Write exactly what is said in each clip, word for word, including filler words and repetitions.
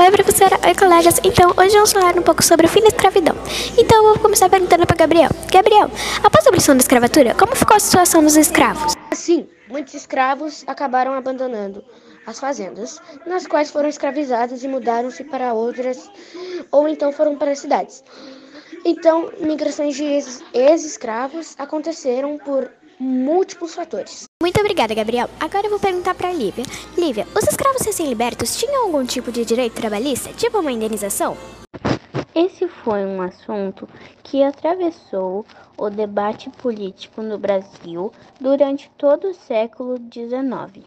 Oi, professora. Oi, colegas. Então, hoje vamos falar um pouco sobre o fim da escravidão. Então, eu vou começar perguntando para Gabriel. Gabriel, após a abolição da escravatura, como ficou a situação dos escravos? Assim, muitos escravos acabaram abandonando as fazendas, nas quais foram escravizados e mudaram-se para outras, ou então foram para as cidades. Então, migrações de ex- ex-escravos aconteceram por múltiplos fatores. Muito obrigada, Gabriel. Agora eu vou perguntar para Lívia. Lívia, os escravos recém-libertos tinham algum tipo de direito trabalhista, tipo uma indenização? Esse foi um assunto que atravessou o debate político no Brasil durante todo o século dezenove.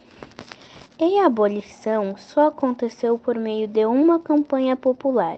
E a abolição só aconteceu por meio de uma campanha popular,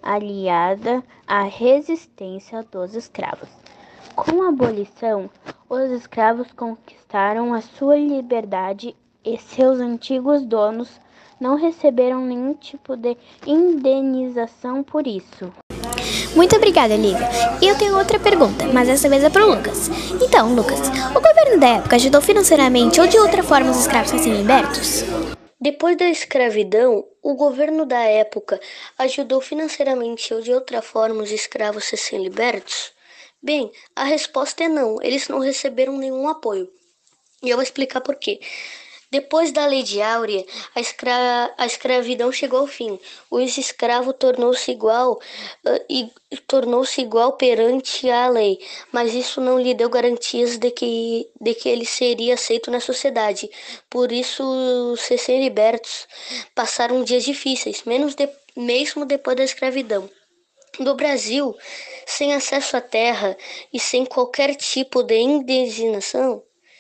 aliada à resistência dos escravos. Com a abolição, os escravos conquistaram a sua liberdade e seus antigos donos não receberam nenhum tipo de indenização por isso. Muito obrigada, Lívia. E eu tenho outra pergunta, mas dessa vez é para o Lucas. Então, Lucas, o governo da época ajudou financeiramente ou de outra forma os escravos recém-libertos? Depois da escravidão, o governo da época ajudou financeiramente ou de outra forma os escravos recém-libertos? Bem, a resposta é não, eles não receberam nenhum apoio. E eu vou explicar por quê. Depois da Lei de Áurea, a, escra... a escravidão chegou ao fim. O ex-escravo tornou-se igual uh, e tornou-se igual perante a lei, mas isso não lhe deu garantias de que, de que ele seria aceito na sociedade. Por isso, os recém-libertos passaram dias difíceis, menos de... mesmo depois da escravidão. No Brasil, sem acesso à terra e sem qualquer tipo de indenização,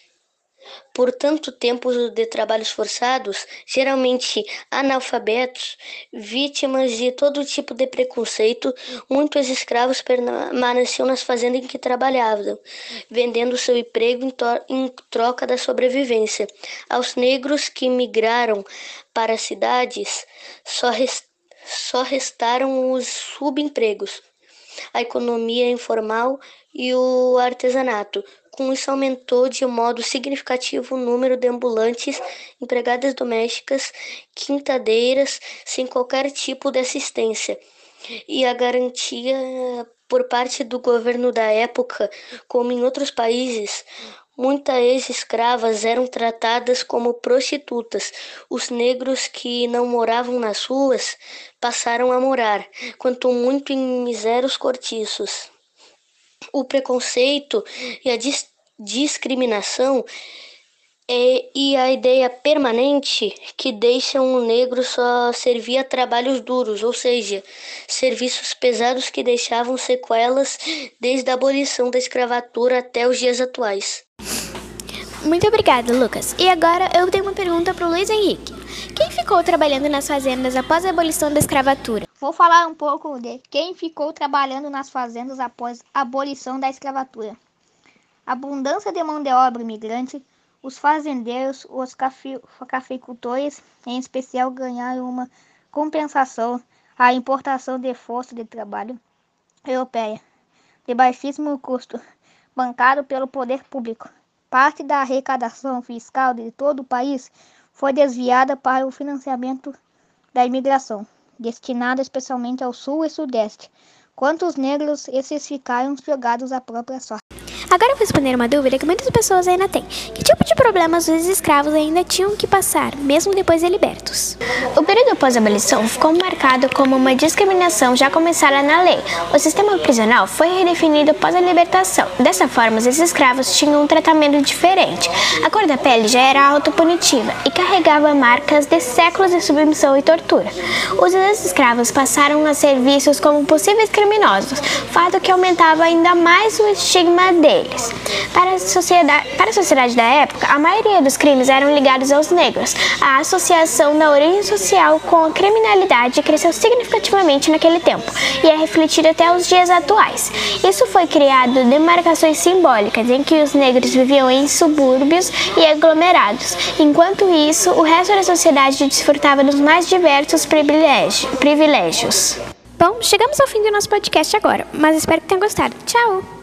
por tanto tempo de trabalhos forçados, geralmente analfabetos, vítimas de todo tipo de preconceito, muitos escravos permaneciam nas fazendas em que trabalhavam, vendendo seu emprego em troca da sobrevivência. Aos negros que migraram para as cidades, só, rest... só restaram os subempregos, a economia informal e o artesanato. Com isso, aumentou de modo significativo o número de ambulantes, empregadas domésticas, quintadeiras, sem qualquer tipo de assistência. E a garantia por parte do governo da época, como em outros países, muitas ex-escravas eram tratadas como prostitutas. Os negros que não moravam nas ruas passaram a morar, quanto muito em misérios cortiços. O preconceito e a dis- discriminação é, e a ideia permanente que deixam o negro só servir a trabalhos duros, ou seja, serviços pesados que deixavam sequelas desde a abolição da escravatura até os dias atuais. Muito obrigada, Lucas. E agora eu tenho uma pergunta para o Luiz Henrique. Quem ficou trabalhando nas fazendas após a abolição da escravatura? Vou falar um pouco de quem ficou trabalhando nas fazendas após a abolição da escravatura. A abundância de mão de obra imigrante, os fazendeiros, os cafe... cafeicultores, em especial, ganharam uma compensação à importação de força de trabalho europeia, de baixíssimo custo, bancado pelo poder público. Parte da arrecadação fiscal de todo o país foi desviada para o financiamento da imigração, destinada especialmente ao sul e sudeste, quanto os negros, esses ficaram jogados à própria sorte. Agora eu vou responder uma dúvida que muitas pessoas ainda têm. Que tipo de problemas os escravos ainda tinham que passar, mesmo depois de libertos? O período após a abolição ficou marcado como uma discriminação já começada na lei. O sistema prisional foi redefinido após a libertação. Dessa forma, os escravos tinham um tratamento diferente. A cor da pele já era autopunitiva e carregava marcas de séculos de submissão e tortura. Os ex-escravos passaram a ser vistos como possíveis criminosos, fato que aumentava ainda mais o estigma deles. Para a sociedade, para a sociedade da época, a maioria dos crimes eram ligados aos negros. A associação da origem social com a criminalidade cresceu significativamente naquele tempo e é refletida até os dias atuais. Isso foi criado demarcações simbólicas em que os negros viviam em subúrbios e aglomerados. Enquanto isso, o resto da sociedade desfrutava dos mais diversos privilégios. Bom, chegamos ao fim do nosso podcast agora, mas espero que tenham gostado. Tchau!